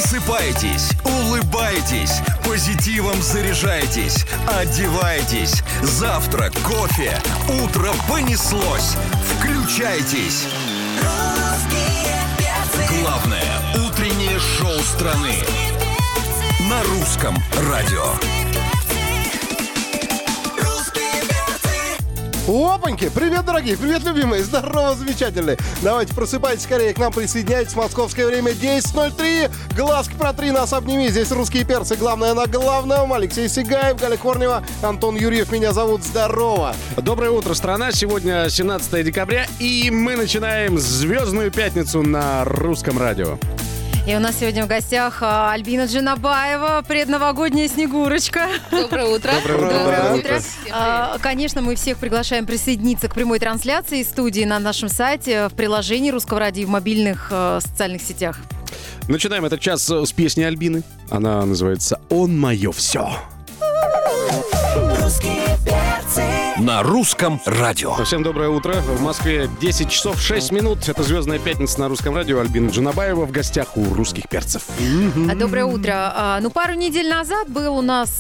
Просыпайтесь, улыбайтесь, позитивом заряжайтесь, одевайтесь. Завтрак, кофе, утро понеслось. Включайтесь. Главное утреннее шоу страны на русском радио. Опаньки! Привет, дорогие! Привет, любимые! Здорово, замечательные! Давайте просыпайтесь скорее, к нам присоединяйтесь. Московское время 10:03. Глазки протри, нас обними. Здесь русские перцы. Главное на главном. Алексей Сигаев, Галя Корнева, Антон Юрьев. Меня зовут. Здорово! Доброе утро, страна. Сегодня 17 декабря, и мы начинаем звездную пятницу на русском радио. И у нас сегодня в гостях Альбина Джанабаева, предновогодняя Снегурочка. Доброе утро. Доброе утро. Конечно, мы всех приглашаем присоединиться к прямой трансляции из студии на нашем сайте, в приложении Русского радио и в мобильных социальных сетях. Начинаем этот час с песни Альбины. Она называется «Он мое все». На русском радио. Всем доброе утро. В Москве 10 часов 6 минут. Это «Звездная пятница» на русском радио. Альбина Джанабаева в гостях у русских перцев. Доброе утро. Пару недель назад был у нас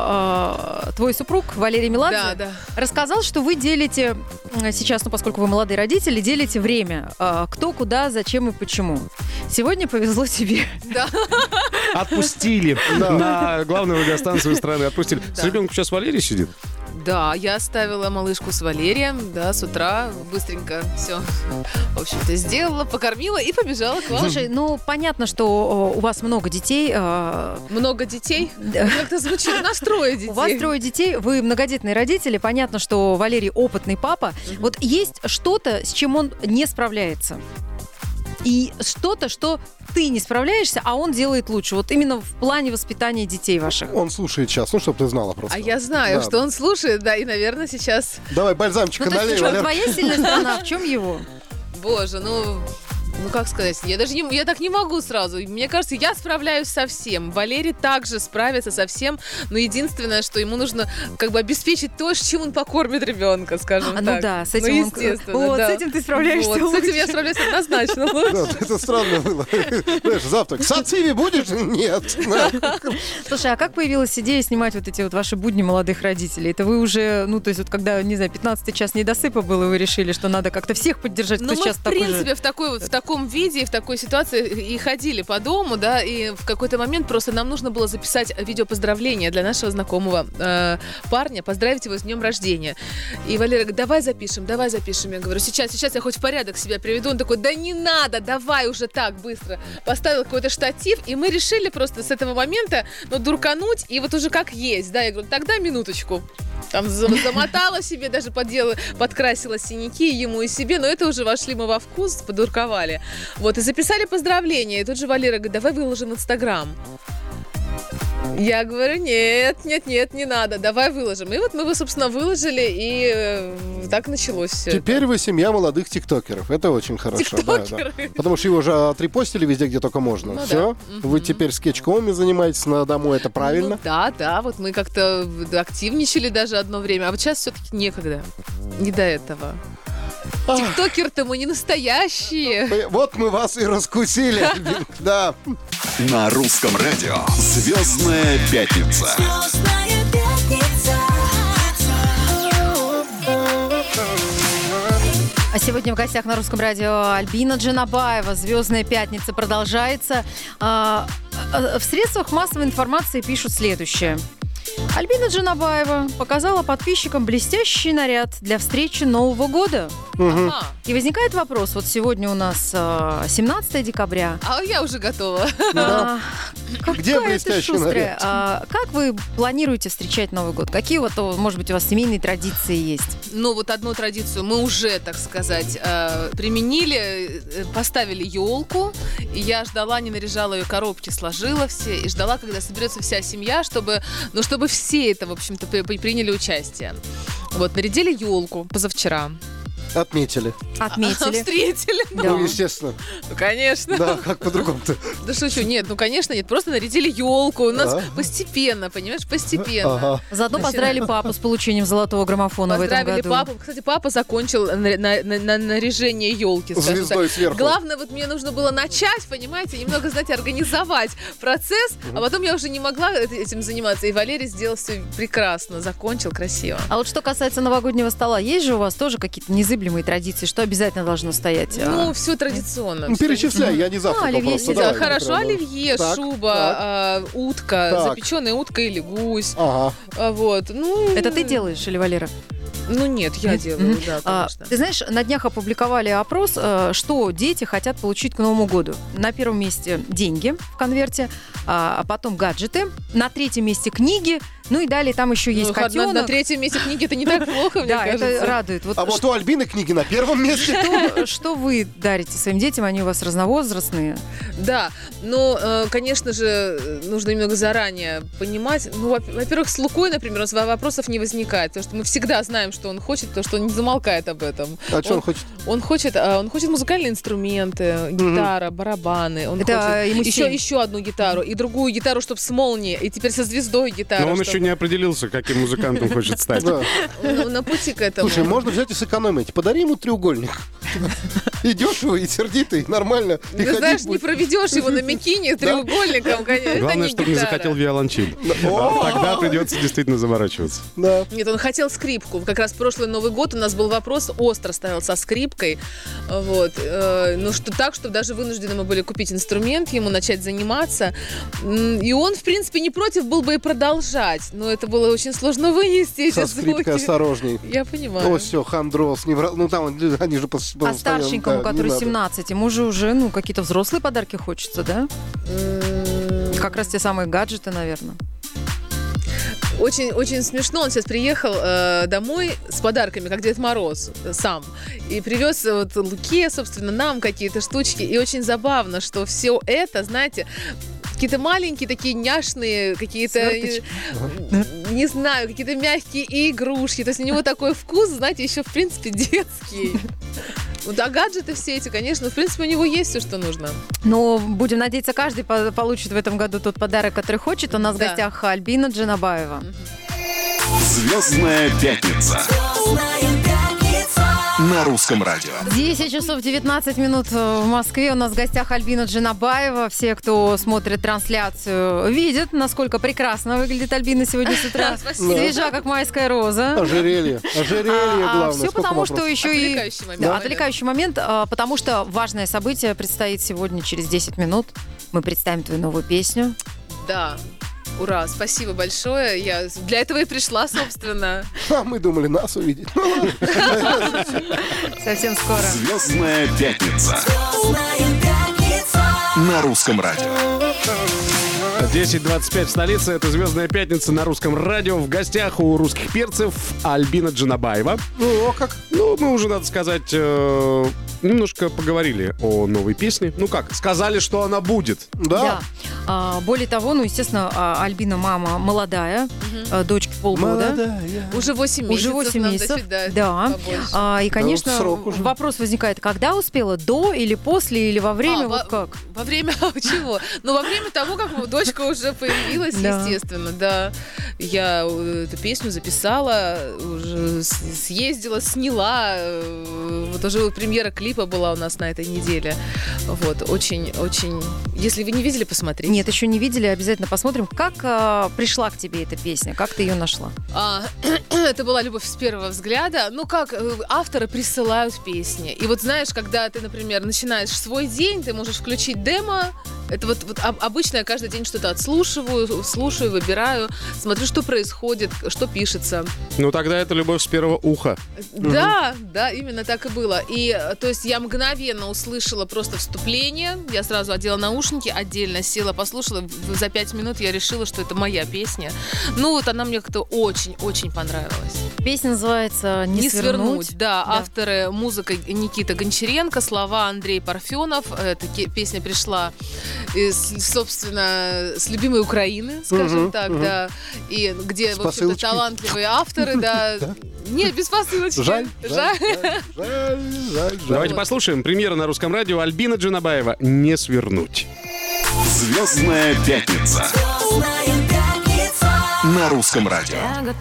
твой супруг Валерий Меладзе. Да. Рассказал, что вы делите сейчас, поскольку вы молодые родители, делите время. Кто, куда, зачем и почему. Сегодня повезло тебе. Да. Отпустили на главную радиостанцию страны. Отпустили. С ребенком сейчас Валерий сидит. Да, я оставила малышку с Валерием, с утра быстренько все, в общем-то, сделала, покормила и побежала к вам. Слушай, понятно, что у вас много детей. Много детей? Как-то звучит, у нас 3 детей. У вас 3 детей, вы многодетные родители, понятно, что Валерий опытный папа. Вот есть что-то, с чем он не справляется. И что-то, что ты не справляешься, а он делает лучше. Вот именно в плане воспитания детей ваших. Он слушает сейчас, чтобы ты знала просто. А я знаю, что он слушает, и, наверное, сейчас... Давай бальзамчика налей, в чем Валер. твоя сильная сторона, в чем его? Боже, как сказать, я так не могу сразу. Мне кажется, я справляюсь со всем. Валерий также справится со всем, но единственное, что ему нужно обеспечить то, чем он покормит ребенка, скажем так. Ну да, с этим естественно, с этим ты справляешься лучше. С этим я справляюсь однозначно лучше. Да, это странно было. Знаешь, завтрак. Сациви будешь? Нет. Слушай, а как появилась идея снимать вот эти вот ваши будни молодых родителей? Это вы уже, когда, не знаю, 15-й час недосыпа был, и вы решили, что надо как-то всех поддержать, кто сейчас такой же? В принципе, в таком виде, в такой ситуации и ходили по дому, и в какой-то момент просто нам нужно было записать видеопоздравление для нашего знакомого парня, поздравить его с днем рождения. И Валера говорит, давай запишем. Я говорю, сейчас я хоть в порядок себя приведу. Он такой, да не надо, давай уже так быстро. Поставил какой-то штатив, и мы решили просто с этого момента, дуркануть, и вот уже как есть, Я говорю, тогда минуточку. Там замотала себе, даже подкрасила синяки ему и себе, но это уже вошли мы во вкус, подурковали. И записали поздравления. И тут же Валера говорит, давай выложим в Инстаграм. Я говорю, нет, не надо, давай выложим. И мы его, собственно, выложили, и так началось все. Теперь вы семья молодых тиктокеров. Это очень хорошо. Тиктокеры. Да. Потому что его же отрепостили везде, где только можно. Все. Да. Вы теперь скетчкомами занимаетесь на дому, это правильно? Да, мы как-то активничали даже одно время, а вот сейчас все-таки некогда. Не до этого. Тиктокеры-то мы не настоящие. Вот мы вас и раскусили, Альбин. Да. На русском радио «Звездная пятница». А сегодня в гостях на русском радио Альбина Джанабаева. «Звездная пятница» продолжается. В средствах массовой информации пишут следующее. Альбина Джанабаева показала подписчикам блестящий наряд для встречи Нового года. Угу. И возникает вопрос, вот сегодня у нас 17 декабря. А я уже готова. Где блестящий наряд? Как вы планируете встречать Новый год? Какие может быть, у вас семейные традиции есть? Одну традицию мы уже, так сказать, применили, поставили елку. И я ждала, не наряжала ее, коробки сложила все. И ждала, когда соберется вся семья, чтобы все это, в общем-то, приняли участие. Нарядили елку позавчера. Отметили. Встретили. Да. Ну, естественно. Ну, конечно. Да, как по-другому-то. Да шучу, нет, ну, конечно, нет, просто нарядили елку. У нас постепенно, понимаешь, постепенно. Ага. Заодно поздравили папу с получением золотого граммофона в этом Поздравили году. папу. Кстати, папа закончил на наряжение елки. Звездой сверху. Главное, вот мне нужно было начать, понимаете, немного, знаете, организовать процесс, а потом я уже не могла этим заниматься. И Валерий сделал все прекрасно, закончил красиво. А вот что касается новогоднего стола, есть же у вас тоже какие-то незыблемые традиции, что обязательно должно стоять? Ну, все традиционно. Ну, всё перечисляй, я не завтракал оливье просто. съедят. Давай, Хорошо, например, оливье, Так, шуба, утка, Так. запеченная утка или гусь. Ага. Вот, ну... Это ты делаешь или Валера? Ну нет, я Нет? делаю, Мгм. да, конечно. Ты знаешь, на днях опубликовали опрос, что дети хотят получить к Новому году. На первом месте деньги в конверте, а потом гаджеты, на третьем месте книги, ну и далее там еще есть Ну, котенок. на третьем месте книги это не так плохо, мне Да, кажется. это радует. Вот А вот у Альбины книги на первом месте. что вы дарите своим детям? Они у вас разновозрастные. Да, но, конечно же, нужно немного заранее понимать. Ну, во-первых, с Лукой, например, у нас вопросов не возникает, потому что мы всегда знаем, что он хочет, потому что он не замолкает об этом. А что он хочет? Он хочет музыкальные инструменты, гитара, барабаны. Он Это ему хочет 7. еще одну гитару и другую гитару, чтобы с молнией, и теперь со звездой гитару. Но он чтобы- еще не определился, каким музыкантом хочет стать. Да. Ну, на пути к этому. Слушай, можно взять и сэкономить. Подари ему треугольник. И дешево, и сердито, и нормально. И Ты ходить знаешь, не будет. проведешь его на микине треугольником, конечно. Это Главное, не чтобы не гитара. захотел виолончель. Тогда придется действительно заморачиваться. Да. Нет, он хотел скрипку. Как раз прошлый Новый год у нас был вопрос, остро ставил со скрипкой. Вот. Ну, что так, что даже вынуждены мы были купить инструмент, ему начать заниматься. И он, в принципе, не против был бы и продолжать. Но это было очень сложно вынести Со эти скрипкой звуки. осторожней. Я понимаю. О, все, хандроз. Ну, там они же А старшенькому, который 17, ему же уже какие-то взрослые подарки хочется, да? Как раз те самые гаджеты, наверное. Очень, очень смешно. Он сейчас приехал домой с подарками, как Дед Мороз сам. И привез вот Луке, собственно, нам какие-то штучки. И очень забавно, что все это, знаете, какие-то маленькие такие няшные, какие-то, Сверточки. не знаю, какие-то мягкие игрушки. То есть у него такой вкус, знаете, еще, в принципе, детский. Вот, а гаджеты все эти, конечно, в принципе, у него есть все, что нужно. Но будем надеяться, каждый получит в этом году тот подарок, который хочет. У нас в Да. гостях Альбина Джанабаева. Звездная пятница на русском радио. 10 часов 19 минут в Москве. У нас в гостях Альбина Джанабаева. Все, кто смотрит трансляцию, видят, насколько прекрасно выглядит Альбина сегодня с утра. Спасибо. Свежа, как майская роза. Ожерелье. Ожерелье, главное. все Сколько потому, что вопросов? еще и... Отвлекающий момент. Да, отвлекающий момент, потому что важное событие предстоит сегодня через 10 минут. Мы представим твою новую песню. Да. Ура, спасибо большое. Я для этого и пришла, собственно. А мы думали нас увидеть. Ну, ладно. Совсем скоро. Звездная пятница на русском радио. 10:25 в столице. Это «Звездная пятница» на русском радио. В гостях у русских перцев Альбина Джанабаева. Ну, о как. Ну, мы уже, надо сказать, немножко поговорили о новой песне. Ну как, сказали, что она будет. Да. Более того, естественно, Альбина мама молодая, дочке полгода. Молодая. Уже 8 месяцев. Уже 8 нам месяцев, дать, да. побольше. И, конечно, срок уже. вопрос возникает, когда успела, до или после, или во время, вот как? Во время чего? Ну, во время того, как дочка уже появилась, Да. естественно, да. Я эту песню записала, уже съездила, сняла. Вот уже премьера клипа была у нас на этой неделе. Вот, очень-очень... Если вы не видели, посмотрите. Нет, еще не видели, обязательно посмотрим. Как пришла к тебе эта песня? Как ты ее нашла? Это была любовь с первого взгляда. Ну как, авторы присылают песни. И вот знаешь, когда ты, например, начинаешь свой день, ты можешь включить демо. Это вот обычно я каждый день что-то отслушиваю, слушаю, выбираю, смотрю, что происходит, что пишется. Ну тогда это любовь с первого уха. Да, да, именно так и было. И, то есть, я мгновенно услышала просто вступление, я сразу одела наушники, отдельно села, послушала, за 5 минут я решила, что это моя песня. Ну, вот она мне как-то очень-очень понравилась. Песня называется «Не свернуть». Да, авторы, музыка Никита Гончаренко, слова Андрей Парфенов. Эта песня пришла собственно, с любимой Украины, скажем так, да, и где, в общем-то, талантливые авторы, да. Нет, без посылочки. Жаль. Давайте послушаем. Премьера на русском радио. Альбина Джанабаева «Не свернуть». Звездная пятница на русском радио.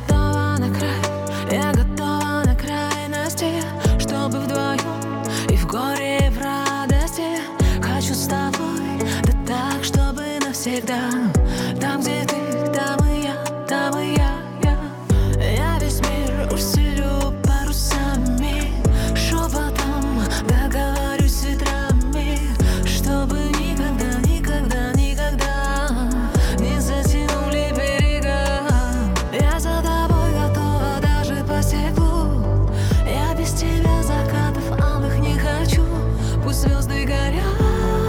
Я готова на крайности, чтобы вдвоем и в горе, и в радости. Хочу с тобой, да так, чтобы навсегда. Там, где ты, там и я, там и я. Я весь мир усилю парусами, шепотом договорюсь с ветрами, чтобы никогда, никогда, никогда не затянули берега. Я за тобой готова даже по стеклу. Я без тебя закатов алых не хочу. Пусть звезды горят,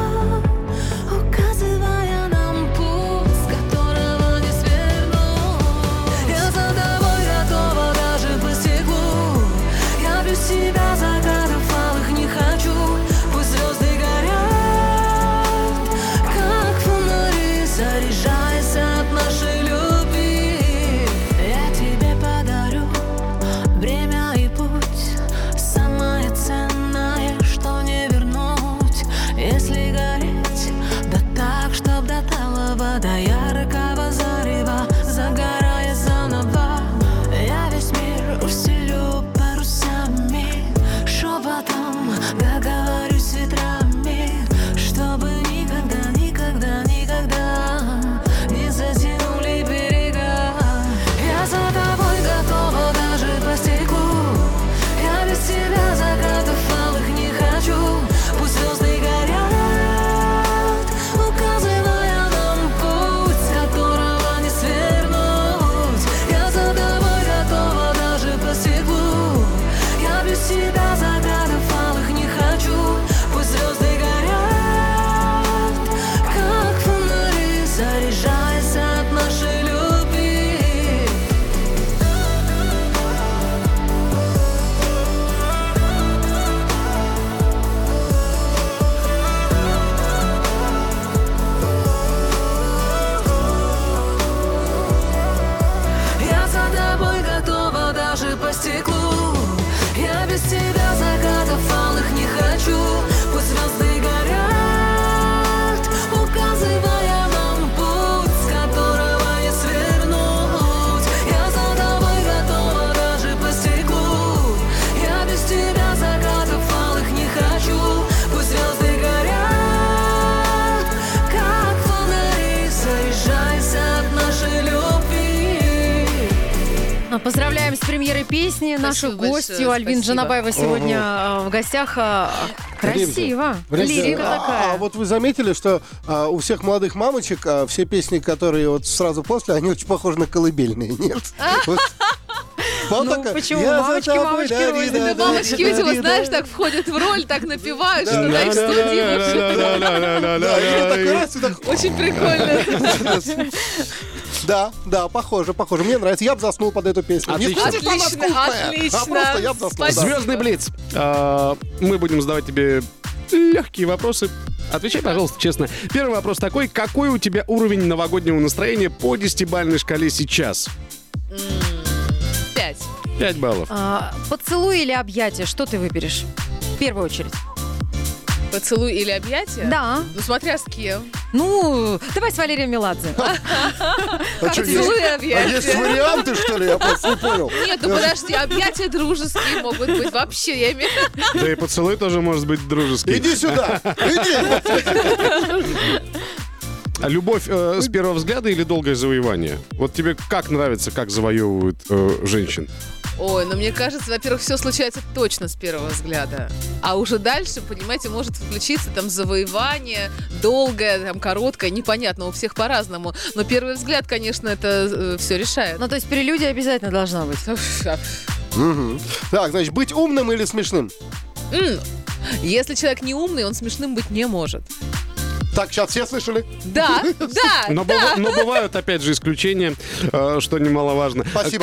указывая нам путь, с которого не свернуть. Я за тобой готова даже по стеклу. Я без тебя закатов алых не хочу. Пусть звезды горят, как фонари, заряжаясь от нашей любви. Я тебе подарю время и путь, самое ценное, что не вернуть. Если гореть, да так, чтоб до талого, до яркого зарева, загорая заново. Я весь мир усилю парусами, шепотом договорюсь с ветрами, чтобы никогда, никогда, никогда не затянули берега. Я за тобой готова даже по стеклу. Я без тебя закатов алых не хочу. Пусть звезды горят, указывая нам путь, с которого не свернуть. Я за тобой готова даже по стеклу. Я без тебя закатов алых не хочу. Пусть звезды горят, как фонари, заряжаясь от нашей любви. Я за тобой готова даже по стеклу. Я без тебя закатов алых не хочу. Пусть звезды горят, указывая нам путь, с которого не свернуть. Я за тобой готова даже по стеклу. Я без тебя закатов алых не хочу. Пусть звезды горят, как фонари, заряжаясь от нашей любви. Поздравляем с премьерой песни нашу Спасибо гостью. большое, Альбина спасибо. Джанабаева сегодня в гостях. Красиво. Лирика такая. А вот вы заметили, что у всех молодых мамочек все песни, которые вот сразу после, они очень похожи на колыбельные, нет? Вот Ну, такая, почему? «Я за Мамочки, тобой, мамочки, да, рознь». да, Да, да, мамочки, да, видимо, да, знаешь, да. так входят в роль, так напевают, что на их студии. Да, и вот такой раз, и так, Очень прикольно. Да, похоже. Мне нравится. Я бы заснул под эту песню. Не Отлично. потому, что она Отлично, скучная, отлично. а просто я бы заснул. да. Спасибо. Звездный блиц. Мы будем задавать тебе легкие вопросы. Отвечай, пожалуйста, честно. Первый вопрос такой. Какой у тебя уровень новогоднего настроения по 10-бальной шкале сейчас? 5. 5 баллов. Поцелуй или объятие? Что ты выберешь? В первую очередь. Поцелуй или объятие? Да. Ну, смотря с кем. Ну, давай с Валерием Меладзе. А что, Поцелуй и есть объятие. варианты, что ли? Я просто не понял. Нет, ну подожди, объятия дружеские могут быть вообще, я имею в виду. Да и поцелуй тоже может быть дружеский. Иди сюда. Иди. А любовь с первого взгляда или долгое завоевание? Вот тебе как нравится, как завоевывают женщин? Ой, ну мне кажется, во-первых, все случается точно с первого взгляда. А уже дальше, понимаете, может включиться там завоевание, долгое, там короткое, непонятно, у всех по-разному. Но первый взгляд, конечно, это все решает. Ну, то есть прелюдия обязательно должна быть. Мгм. Так, значит, быть умным или смешным? Если человек не умный, он смешным быть не может. Так, сейчас все слышали? Да, да, Но бывают, опять же, исключения, что немаловажно. Спасибо.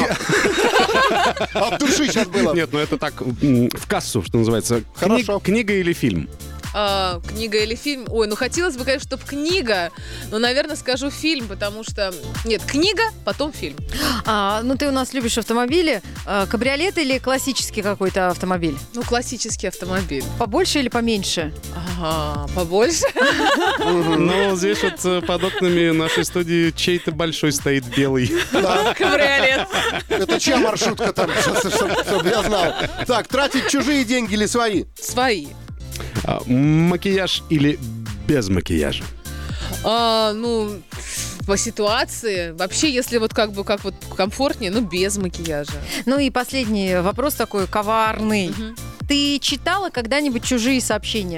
От души сейчас было. Нет, ну это так, в кассу, что называется. Хорошо. Книга или фильм? книга или фильм. Ой, ну хотелось бы, конечно, чтобы книга, но, наверное, скажу фильм, потому что... Нет, книга, потом фильм. Ну, ты у нас любишь автомобили. Кабриолет или классический какой-то автомобиль? Ну, классический автомобиль. Побольше или поменьше? Ага, побольше. Ну, здесь вот под окнами нашей студии чей-то большой стоит белый. Кабриолет. Это чья маршрутка там, чтобы я знал. Так, тратить чужие деньги или свои? Свои. Макияж или без макияжа? Ну, по ситуации. Вообще, если вот как вот комфортнее, ну, без макияжа. Ну и последний вопрос такой коварный. Ты читала когда-нибудь чужие сообщения?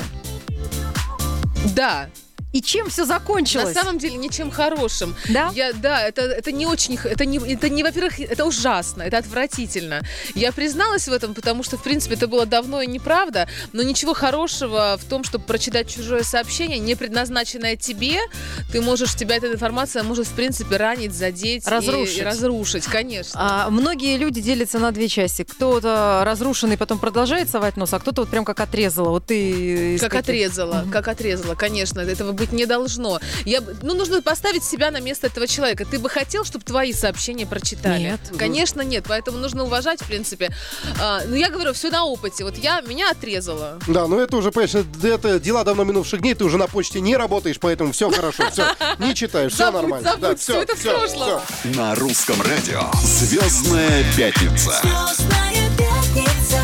Да. И чем все закончилось? На самом деле ничем хорошим. Да? Это не очень, это не, во-первых, это ужасно, это отвратительно. Я призналась в этом, потому что, в принципе, это было давно и неправда, но ничего хорошего в том, чтобы прочитать чужое сообщение, не предназначенное тебе, тебя эта информация может, в принципе, ранить, задеть и разрушить, конечно. Многие люди делятся на две части. Кто-то разрушенный потом продолжает совать нос, а кто-то вот прям как отрезала. Вот ты как отрезала, конечно, этого быть не должно. Нужно поставить себя на место этого человека. Ты бы хотел, чтобы твои сообщения прочитали? Нет. Конечно, нет. Поэтому нужно уважать, в принципе. Но я говорю, все на опыте. Вот меня отрезала. Да, ну это уже, понимаешь, это дела давно минувших дней. Ты уже на почте не работаешь, поэтому все хорошо, все, не читаешь, все нормально. Забудь, все это в прошлом. На русском радио «Звездная пятница». Звездная пятница.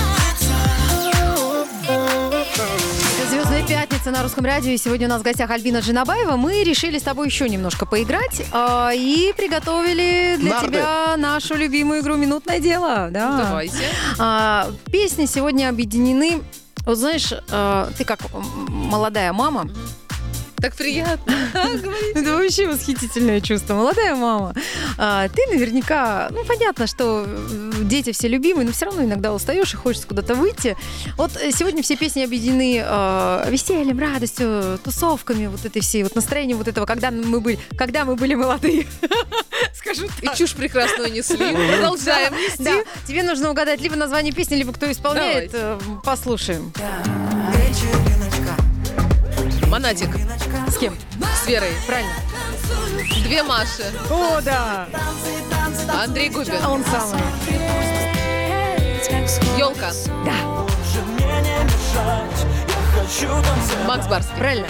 «Звездная пятница» на русском радио. И сегодня у нас в гостях Альбина Джанабаева. Мы решили с тобой еще немножко поиграть и приготовили для тебя нашу любимую игру «Минутное дело». Да. Давайте. Песни сегодня объединены. Вот знаешь, ты как молодая мама. Так приятно. Это вообще восхитительное чувство. Молодая мама. Ты наверняка... Ну, понятно, что дети все любимые, но все равно иногда устаешь и хочется куда-то выйти. Вот сегодня все песни объединены весельем, радостью, тусовками, вот этой всей, вот настроением вот этого, когда мы были молодые. Скажу так. И чушь прекрасную несли. Продолжаем нести. Да. Тебе нужно угадать либо название песни, либо кто исполняет. Послушаем. Монатик. С кем? С Верой. Правильно. Две Маши. О, да. Андрей Губин. Он самый. Ёлка. Да. Макс Барский. Правильно.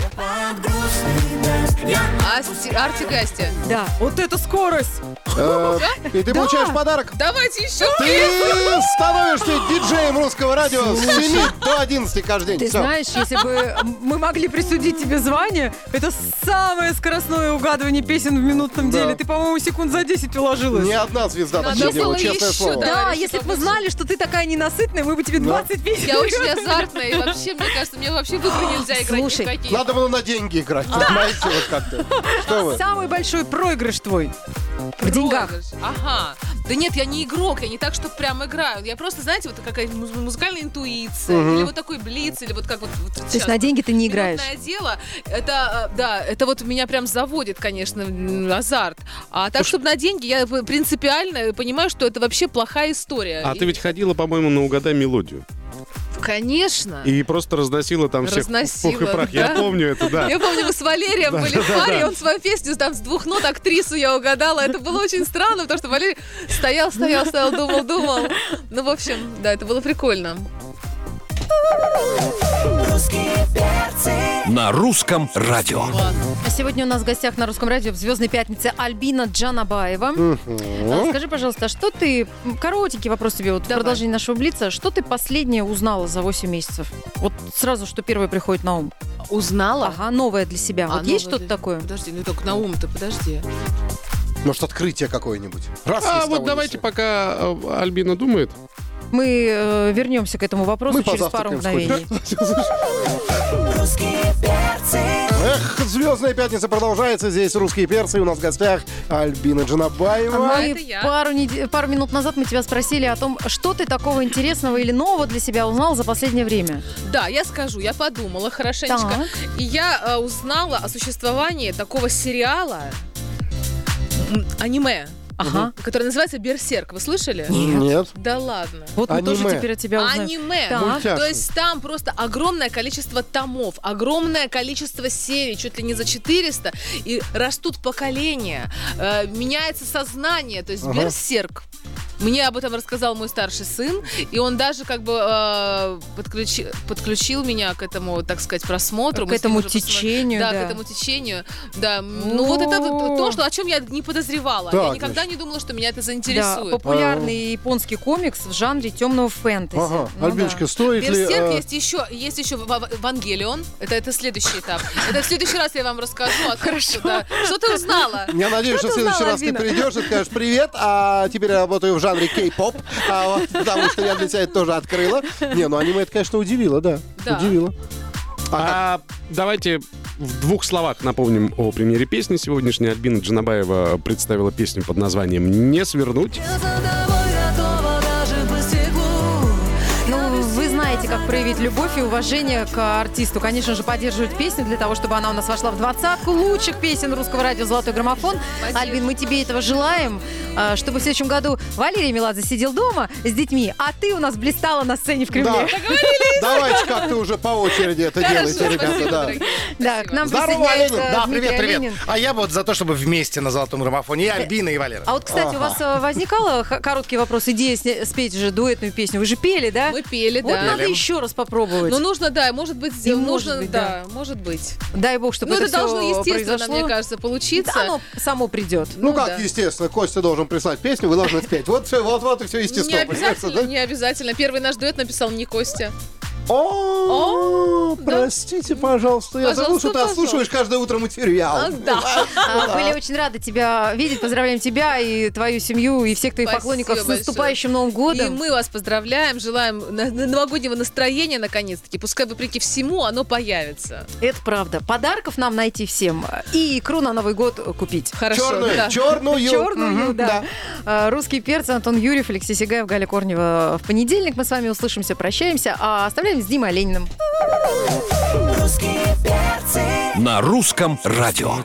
Артик и Асти. Да. Вот это скорость. И ты получаешь подарок. Давайте еще. Ты становишься диджеем русского радио с 7 до 11 каждый день. Ты Всё. знаешь, если бы мы могли присудить тебе звание, это самое скоростное угадывание песен в минутном Да. деле. Ты, по-моему, секунд за 10 уложилась. Ни одна звезда так Надо не делала, было честное еще, слово. да. Да, Товарищи, если бы мы побольше. знали, что ты такая ненасытная, мы бы тебе 20 песен. Я очень азартная. И вообще, мне кажется, мне вообще в игры нельзя играть ни в Слушай, какие. Надо было на деньги играть, понимаете, вот как-то. Что вы? Самый большой проигрыш твой в деньгах. Проигрыш. Ага. Да нет, я не игрок, я не так, что прям играю. Я просто, знаете, вот какая-то музыкальная интуиция, или вот такой блиц, или вот как вот То есть на деньги ты не играешь. Минутное дело, это, да, это вот меня прям заводит, конечно, азарт. А так, чтобы на деньги, я принципиально понимаю, что это вообще плохая история. А ты ведь ходила, по-моему, на «Угадай мелодию». Конечно. И просто разносила там всех пух и прах. да. Я помню это, да. Я помню, мы с Валерием были в паре, и он свою песню там с 2 нот, актрису я угадала. Это было очень странно, потому что Валерий стоял, думал. Ну, в общем, да, это было прикольно. Русские перцы. На русском радио. Сегодня у нас в гостях на русском радио в «Звездной пятнице» Альбина Джанабаева. Скажи, пожалуйста, что ты... Коротенький вопрос тебе, вот в Давай. продолжение нашего блица. Что ты последнее узнала за 8 месяцев? Вот сразу, что первое приходит на ум. Узнала? Ага, новое для себя. Вот есть новое что-то для- такое? Подожди, ну только на ум-то, подожди. Может, открытие какое-нибудь? Раз, А ни с того вот ни давайте, с сего. пока Альбина думает. Мы вернемся к этому вопросу Мы через пару позавтракаем мгновений. Русские перцы. Эх, «Звездная пятница» продолжается. Здесь «Русские перцы». У нас в гостях Альбина Джанабаева. это я. Пару минут назад мы тебя спросили о том, что ты такого интересного или нового для себя узнал за последнее время. Да, я скажу, я подумала хорошенечко. Так. И я узнала о существовании такого сериала аниме. Ага. которое называется «Берсерк». Вы слышали? Нет. Да ладно. Вот мы тоже Аниме. теперь от тебя узнаем. Аниме. Так. Мультяшный. То есть там просто огромное количество томов, огромное количество серий, чуть ли не за 400, и растут поколения, меняется сознание, то есть берсерк. Мне об этом рассказал мой старший сын, и он даже как бы подключил меня к этому, так сказать, просмотру. К Мы с ним этому уже течению, Да, да. к этому течению. Да, ну вот это то, о чем я не подозревала. Так, Я никогда не думала, что меня это Да, заинтересует. популярный японский комикс в жанре темного фэнтези. Ага. Ну Альбиночка, да. стоит ли... Берсерк есть еще Вангелион. Это следующий этап. Это в следующий раз я вам расскажу о том, что ты узнала. Я надеюсь, что в ты следующий узнала, раз ты Альбина? придешь и скажешь привет, а теперь я работаю в жанре кей-поп, потому что я для тебя это тоже открыла. Не, ну аниме это, конечно, удивило, да. Да. Удивило. Давайте в 2 словах напомним о премьере песни сегодняшней. Альбина Джанабаева представила песню под названием «Не свернуть». Я за тобой готова даже по стеклу. Ну, вы знаете, как проявить любовь и уважение к артисту. Конечно же, поддерживать песню для того, чтобы она у нас вошла в 20-ку лучших песен русского радио «Золотой граммофон». Спасибо. Альбин, мы тебе этого желаем, чтобы в следующем году Валерий Меладзе сидел дома с детьми, а ты у нас блистала на сцене в Кремле. Да. Давайте как-то уже по очереди это делайте, Хорошо, ребята. спасибо, Да. дорогие. Да, к нам Здорово, присоединяется Оленин. Да, Дмитрий привет. Оленин. А я вот за то, чтобы вместе на золотом граммофоне. И Альбина, и Валера. А вот, кстати, у вас возникала короткий вопрос, идея спеть же дуэтную песню? Вы же пели, да? Мы пели, Вот да. надо еще раз попробовать. Ну, нужно, да, может быть, И нужно, может быть, да, может быть. Дай бог, чтобы Ну, это это должно, всё естественно, произошло. мне кажется, получиться. Да, оно само придет. Ну как, да. естественно, Костя должен прислать песню, вы должны спеть. Вот и все естественно. Не понимаете, обязательно, да? не обязательно. Первый наш дуэт написал не Костя. О, простите, пожалуйста, я забыл, что ты Пожалуйста, отслушиваешь каждое утро материал. Да. Были очень рады тебя видеть. Поздравляем тебя и твою семью, и всех твоих Спасибо поклонников с большое. наступающим Новым И годом. мы вас поздравляем, желаем новогоднего настроения, наконец-таки. Пускай, вопреки всему, оно появится. Это правда. Подарков нам найти всем. И икру на Новый год купить. Хорошо, да. Черную. Черную, Мгм, да. Русские перцы, Антон Юрьев, Алексей Сигаев, Галя Корнева. В понедельник мы с вами услышимся, прощаемся. А оставляем с Димой Олениным. Русские перцы. На русском радио.